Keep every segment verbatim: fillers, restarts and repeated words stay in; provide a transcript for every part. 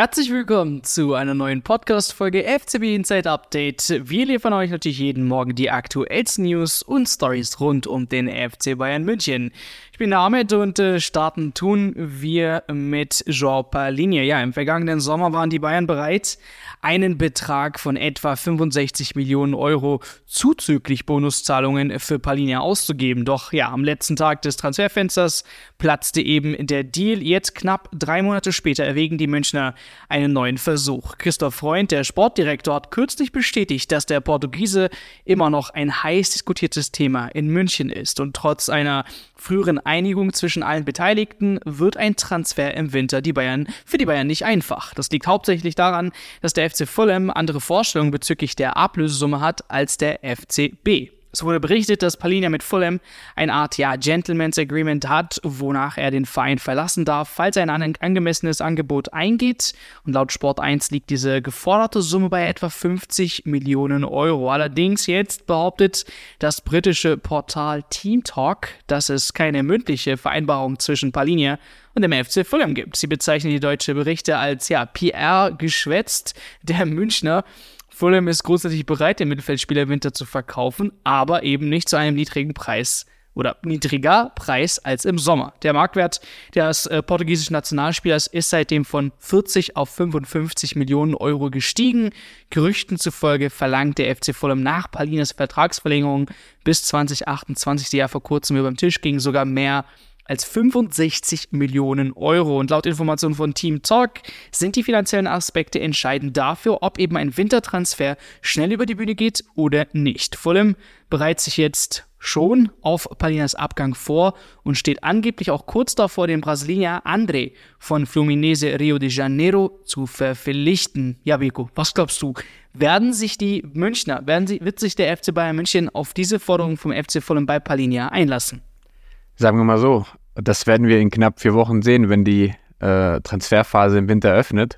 Herzlich willkommen zu einer neuen Podcast-Folge F C B Inside Update. Wir liefern euch natürlich jeden Morgen die aktuellsten News und Stories rund um den F C Bayern München. Ich bin Ahmed und äh, starten tun wir mit João Palhinha. Ja, im vergangenen Sommer waren die Bayern bereit, einen Betrag von etwa fünfundsechzig Millionen Euro zuzüglich Bonuszahlungen für Palhinha auszugeben. Doch ja, am letzten Tag des Transferfensters platzte eben der Deal. Jetzt knapp drei Monate später erwägen die Münchner einen neuen Versuch. Christoph Freund, der Sportdirektor, hat kürzlich bestätigt, dass der Portugiese immer noch ein heiß diskutiertes Thema in München ist. Und trotz einer früheren Einigung zwischen allen Beteiligten wird ein Transfer im Winter die Bayern für die Bayern nicht einfach. Das liegt hauptsächlich daran, dass der F C Fulham andere Vorstellungen bezüglich der Ablösesumme hat als der F C B. Es wurde berichtet, dass Palhinha mit Fulham eine Art ja, Gentleman's Agreement hat, wonach er den Verein verlassen darf, falls er ein angemessenes Angebot eingeht. Und laut Sport eins liegt diese geforderte Summe bei etwa fünfzig Millionen Euro. Allerdings jetzt behauptet das britische Portal Team Talk, dass es keine mündliche Vereinbarung zwischen Palhinha und dem F C Fulham gibt. Sie bezeichnen die deutsche Berichte als ja, P R-geschwätzt der Münchner. Fulham ist grundsätzlich bereit, den Mittelfeldspieler Winter zu verkaufen, aber eben nicht zu einem niedrigen Preis oder niedriger Preis als im Sommer. Der Marktwert des äh, portugiesischen Nationalspielers ist seitdem von vierzig auf fünfundfünfzig Millionen Euro gestiegen. Gerüchten zufolge verlangt der F C Fulham nach Palhinhas Vertragsverlängerung bis zwanzig achtundzwanzig, die ja vor kurzem über den Tisch ging, sogar mehr als fünfundsechzig Millionen Euro. Und laut Informationen von Team Talk sind die finanziellen Aspekte entscheidend dafür, ob eben ein Wintertransfer schnell über die Bühne geht oder nicht. Fulham bereitet sich jetzt schon auf Palhinhas Abgang vor und steht angeblich auch kurz davor, den Brasilianer André von Fluminense Rio de Janeiro zu verpflichten. Ja, Vico, was glaubst du? Werden sich die Münchner, werden sie, wird sich der F C Bayern München auf diese Forderung vom F C Fulham bei Palhinha einlassen? Sagen wir mal so, das werden wir in knapp vier Wochen sehen, wenn die äh, Transferphase im Winter öffnet.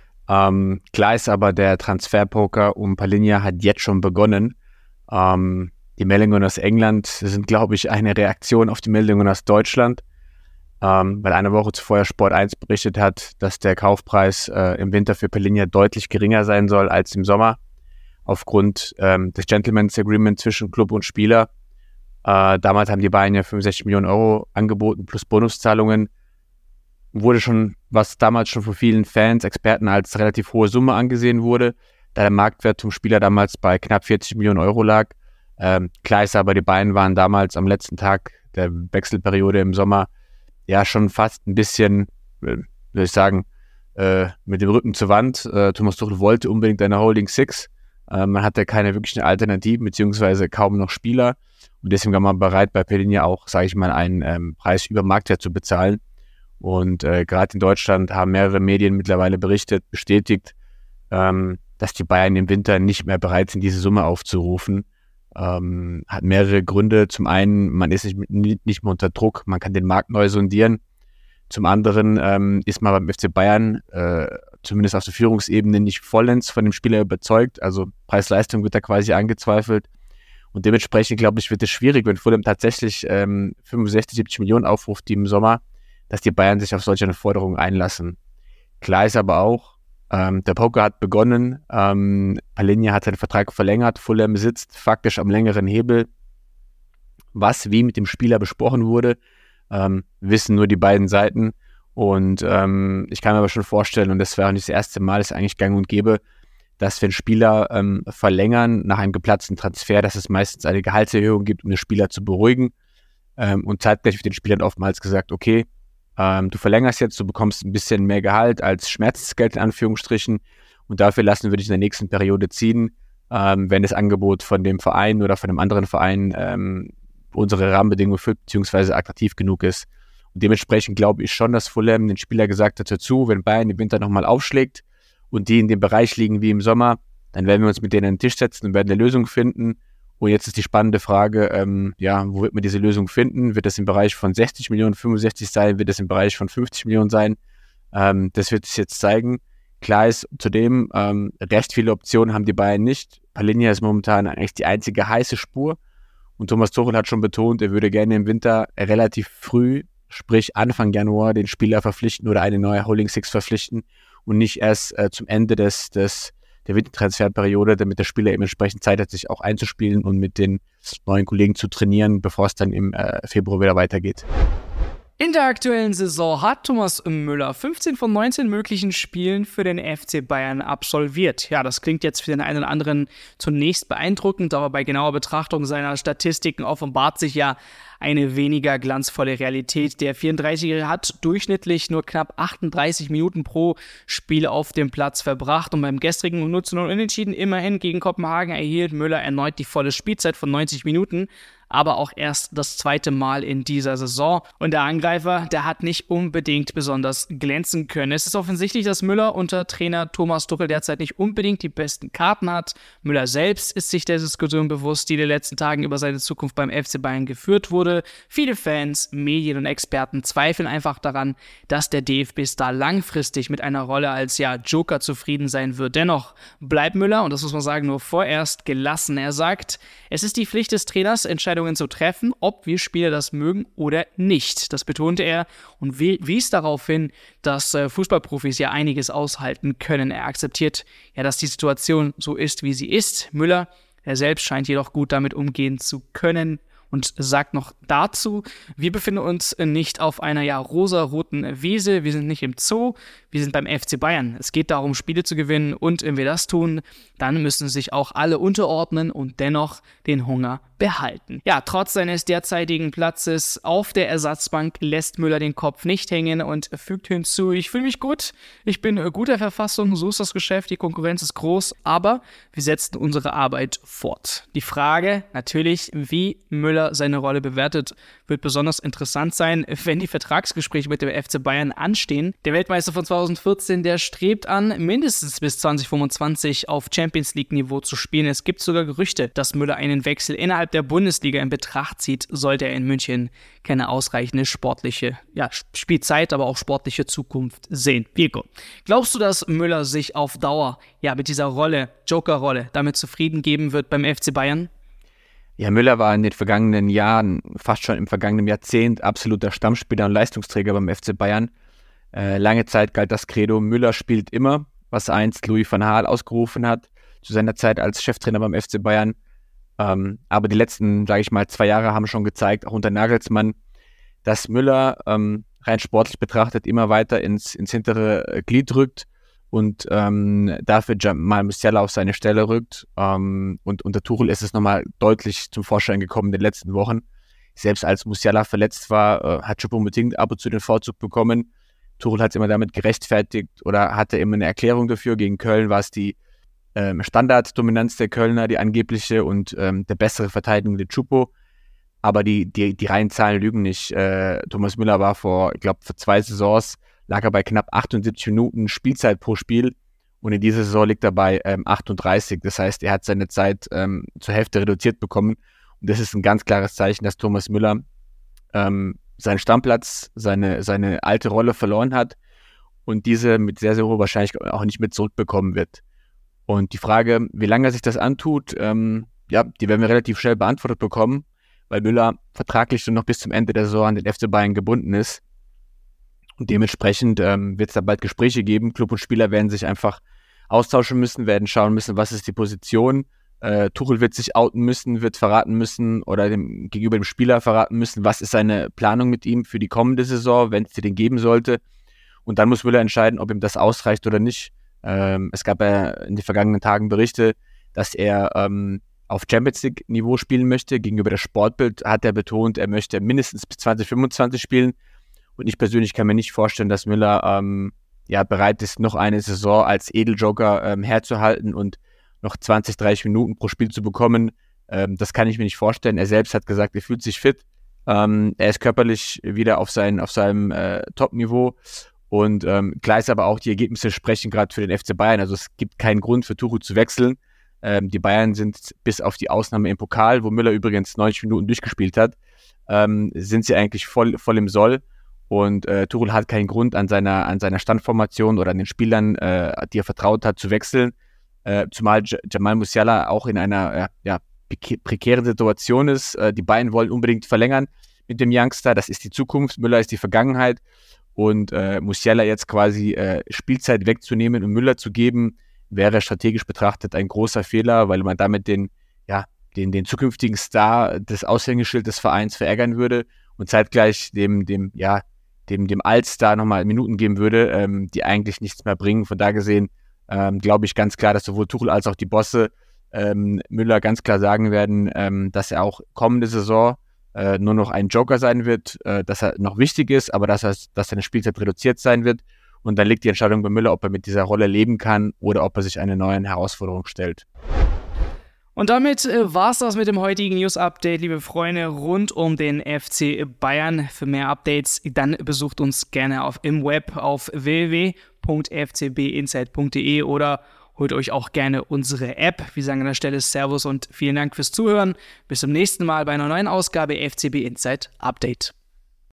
Ähm, klar ist aber, der Transferpoker um Palhinha hat jetzt schon begonnen. Ähm, die Meldungen aus England sind, glaube ich, eine Reaktion auf die Meldungen aus Deutschland, ähm, weil eine Woche zuvor Sport eins berichtet hat, dass der Kaufpreis äh, im Winter für Palhinha deutlich geringer sein soll als im Sommer, aufgrund ähm, des Gentleman's Agreement zwischen Club und Spieler. Äh, damals haben die Bayern ja fünfundsechzig Millionen Euro angeboten plus Bonuszahlungen. Wurde schon, was damals schon von vielen Fans, Experten als relativ hohe Summe angesehen wurde, da der Marktwert zum Spieler damals bei knapp vierzig Millionen Euro lag. Ähm, klar ist aber, die Bayern waren damals am letzten Tag der Wechselperiode im Sommer ja schon fast ein bisschen, äh, würde ich sagen, äh, mit dem Rücken zur Wand. Äh, Thomas Tuchel wollte unbedingt eine Holding Six. Äh, man hatte keine wirklichen Alternativen, beziehungsweise kaum noch Spieler. Und deswegen war man bereit, bei Palhinha auch, sage ich mal, einen ähm, Preis über Marktwert zu bezahlen. Und äh, gerade in Deutschland haben mehrere Medien mittlerweile berichtet, bestätigt, ähm, dass die Bayern im Winter nicht mehr bereit sind, diese Summe aufzurufen. Ähm, hat mehrere Gründe. Zum einen, man ist nicht, nicht mehr unter Druck, man kann den Markt neu sondieren. Zum anderen ähm, ist man beim F C Bayern, äh, zumindest auf der Führungsebene, nicht vollends von dem Spieler überzeugt. Also Preis-Leistung wird da quasi angezweifelt. Und dementsprechend, glaube ich, wird es schwierig, wenn Fulham tatsächlich ähm, fünfundsechzig, siebzig Millionen aufruft, die im Sommer, dass die Bayern sich auf solche Forderungen einlassen. Klar ist aber auch, ähm, der Poker hat begonnen, ähm, Palhinha hat seinen Vertrag verlängert, Fulham sitzt faktisch am längeren Hebel. Was wie mit dem Spieler besprochen wurde, ähm, wissen nur die beiden Seiten. Und ähm, ich kann mir aber schon vorstellen, und das wäre auch nicht das erste Mal, ist eigentlich gang und gäbe, dass wenn Spieler ähm, verlängern nach einem geplatzten Transfer, dass es meistens eine Gehaltserhöhung gibt, um den Spieler zu beruhigen. Ähm, und zeitgleich wird den Spielern oftmals gesagt, okay, ähm, du verlängerst jetzt, du bekommst ein bisschen mehr Gehalt als Schmerzensgeld in Anführungsstrichen und dafür lassen wir dich in der nächsten Periode ziehen, ähm, wenn das Angebot von dem Verein oder von einem anderen Verein ähm, unsere Rahmenbedingungen erfüllt, beziehungsweise attraktiv genug ist. Und dementsprechend glaube ich schon, dass Fulham den Spieler gesagt hat dazu, wenn Bayern im Winter nochmal aufschlägt, und die in dem Bereich liegen wie im Sommer, dann werden wir uns mit denen an den Tisch setzen und werden eine Lösung finden. Und jetzt ist die spannende Frage, ähm, ja, wo wird man diese Lösung finden? Wird das im Bereich von sechzig Millionen, fünfundsechzig sein? Wird das im Bereich von fünfzig Millionen sein? Ähm, das wird es jetzt zeigen. Klar ist zudem, ähm, recht viele Optionen haben die Bayern nicht. Palhinha ist momentan eigentlich die einzige heiße Spur. Und Thomas Tuchel hat schon betont, er würde gerne im Winter relativ früh, sprich Anfang Januar, den Spieler verpflichten oder eine neue Holding Six verpflichten. und nicht erst äh, zum Ende des, des der Wintertransferperiode, damit der Spieler eben entsprechend Zeit hat, sich auch einzuspielen und mit den neuen Kollegen zu trainieren, bevor es dann im äh, Februar wieder weitergeht. In der aktuellen Saison hat Thomas Müller fünfzehn von neunzehn möglichen Spielen für den F C Bayern absolviert. Ja, das klingt jetzt für den einen oder anderen zunächst beeindruckend, aber bei genauer Betrachtung seiner Statistiken offenbart sich ja eine weniger glanzvolle Realität. Der vierunddreißigjährige hat durchschnittlich nur knapp achtunddreißig Minuten pro Spiel auf dem Platz verbracht und beim gestrigen null zu null Unentschieden immerhin gegen Kopenhagen erhielt Müller erneut die volle Spielzeit von neunzig Minuten, aber auch erst das zweite Mal in dieser Saison. Und der Angreifer, der hat nicht unbedingt besonders glänzen können. Es ist offensichtlich, dass Müller unter Trainer Thomas Tuchel derzeit nicht unbedingt die besten Karten hat. Müller selbst ist sich der Diskussion bewusst, die in den letzten Tagen über seine Zukunft beim F C Bayern geführt wurde. Viele Fans, Medien und Experten zweifeln einfach daran, dass der D F B-Star langfristig mit einer Rolle als ja, Joker zufrieden sein wird. Dennoch bleibt Müller, und das muss man sagen, nur vorerst gelassen. Er sagt, es ist die Pflicht des Trainers, Entscheidungen zu treffen, ob wir Spieler das mögen oder nicht. Das betonte er und wies darauf hin, dass äh, Fußballprofis ja einiges aushalten können. Er akzeptiert ja, dass die Situation so ist, wie sie ist. Müller, er selbst scheint jedoch gut damit umgehen zu können und sagt noch dazu, wir befinden uns nicht auf einer ja rosa-roten Wiese, wir sind nicht im Zoo, wir sind beim F C Bayern. Es geht darum, Spiele zu gewinnen und wenn wir das tun, dann müssen sich auch alle unterordnen und dennoch den Hunger behalten. Ja, trotz seines derzeitigen Platzes auf der Ersatzbank lässt Müller den Kopf nicht hängen und fügt hinzu, ich fühle mich gut, ich bin in guter Verfassung, so ist das Geschäft, die Konkurrenz ist groß, aber wir setzen unsere Arbeit fort. Die Frage natürlich, wie Müller seine Rolle bewertet, wird besonders interessant sein, wenn die Vertragsgespräche mit dem F C Bayern anstehen. Der Weltmeister von zweitausendvierzehn, der strebt an, mindestens bis zwanzig fünfundzwanzig auf Champions League-Niveau zu spielen. Es gibt sogar Gerüchte, dass Müller einen Wechsel innerhalb der Bundesliga in Betracht zieht, sollte er in München keine ausreichende sportliche ja, Spielzeit, aber auch sportliche Zukunft sehen. Vico, glaubst du, dass Müller sich auf Dauer ja mit dieser Rolle, Joker-Rolle, damit zufrieden geben wird beim F C Bayern? Ja, Müller war in den vergangenen Jahren, fast schon im vergangenen Jahrzehnt, absoluter Stammspieler und Leistungsträger beim F C Bayern. Äh, lange Zeit galt das Credo, Müller spielt immer, was einst Louis van Gaal ausgerufen hat, zu seiner Zeit als Cheftrainer beim F C Bayern. Ähm, aber die letzten, sage ich mal, zwei Jahre haben schon gezeigt, auch unter Nagelsmann, dass Müller ähm, rein sportlich betrachtet immer weiter ins, ins hintere Glied rückt und ähm, dafür Jamal Musiala auf seine Stelle rückt. Ähm, und unter Tuchel ist es nochmal deutlich zum Vorschein gekommen in den letzten Wochen. Selbst als Musiala verletzt war, äh, hat Choupo-Moting ab und zu den Vorzug bekommen. Tuchel hat es immer damit gerechtfertigt oder hatte immer eine Erklärung dafür. Gegen Köln war es die ähm, Standarddominanz der Kölner, die angebliche, und ähm, der bessere Verteidigung der Choupo. Aber die, die, die reinen Zahlen lügen nicht. Äh, Thomas Müller war vor, ich glaube, vor zwei Saisons lag er bei knapp achtundsiebzig Minuten Spielzeit pro Spiel und in dieser Saison liegt er bei ähm, achtunddreißig. Das heißt, er hat seine Zeit ähm, zur Hälfte reduziert bekommen und das ist ein ganz klares Zeichen, dass Thomas Müller ähm, seinen Stammplatz, seine, seine alte Rolle verloren hat und diese mit sehr, sehr hoher Wahrscheinlichkeit auch nicht mit zurückbekommen wird. Und die Frage, wie lange er sich das antut, ähm, ja, die werden wir relativ schnell beantwortet bekommen, weil Müller vertraglich schon noch bis zum Ende der Saison an den F C Bayern gebunden ist. Und dementsprechend ähm, wird es da bald Gespräche geben. Club und Spieler werden sich einfach austauschen müssen, werden schauen müssen, was ist die Position. Äh, Tuchel wird sich outen müssen, wird verraten müssen oder dem, gegenüber dem Spieler verraten müssen, was ist seine Planung mit ihm für die kommende Saison, wenn es sie den geben sollte. Und dann muss Müller entscheiden, ob ihm das ausreicht oder nicht. Ähm, es gab ja in den vergangenen Tagen Berichte, dass er ähm, auf Champions League Niveau spielen möchte. Gegenüber der Sportbild hat er betont, er möchte mindestens bis zwanzig fünfundzwanzig spielen. Und ich persönlich kann mir nicht vorstellen, dass Müller ähm, ja, bereit ist, noch eine Saison als Edeljoker ähm, herzuhalten und noch zwanzig, dreißig Minuten pro Spiel zu bekommen. Ähm, das kann ich mir nicht vorstellen. Er selbst hat gesagt, er fühlt sich fit. Ähm, er ist körperlich wieder auf, sein, auf seinem äh, Top-Niveau. Und ähm, klar ist aber auch, die Ergebnisse sprechen gerade für den F C Bayern. Also es gibt keinen Grund für Tuchel zu wechseln. Ähm, die Bayern sind bis auf die Ausnahme im Pokal, wo Müller übrigens neunzig Minuten durchgespielt hat, ähm, sind sie eigentlich voll, voll im Soll. Und äh, Tuchel hat keinen Grund, an seiner, an seiner Standformation oder an den Spielern, äh, die er vertraut hat, zu wechseln. Äh, zumal J- Jamal Musiala auch in einer äh, ja, prekären Situation ist. Äh, die Bayern wollen unbedingt verlängern mit dem Youngster. Das ist die Zukunft. Müller ist die Vergangenheit. Und äh, Musiala jetzt quasi äh, Spielzeit wegzunehmen und Müller zu geben, wäre strategisch betrachtet ein großer Fehler, weil man damit den, ja, den, den zukünftigen Star des Aushängeschilds des Vereins verärgern würde und zeitgleich dem, dem, ja, dem, dem Altstar nochmal Minuten geben würde, ähm, die eigentlich nichts mehr bringen. Von da gesehen ähm, glaube ich ganz klar, dass sowohl Tuchel als auch die Bosse ähm, Müller ganz klar sagen werden, ähm, dass er auch kommende Saison äh, nur noch ein Joker sein wird, äh, dass er noch wichtig ist, aber dass, er, dass seine Spielzeit reduziert sein wird. Und dann liegt die Entscheidung bei Müller, ob er mit dieser Rolle leben kann oder ob er sich einer neuen Herausforderung stellt. Und damit äh, war es das mit dem heutigen News-Update, liebe Freunde, rund um den F C Bayern. Für mehr Updates, dann besucht uns gerne auf, im Web auf w w w punkt f c b insight punkt d e oder holt euch auch gerne unsere App. Wir sagen an der Stelle Servus und vielen Dank fürs Zuhören. Bis zum nächsten Mal bei einer neuen Ausgabe F C B Insight Update.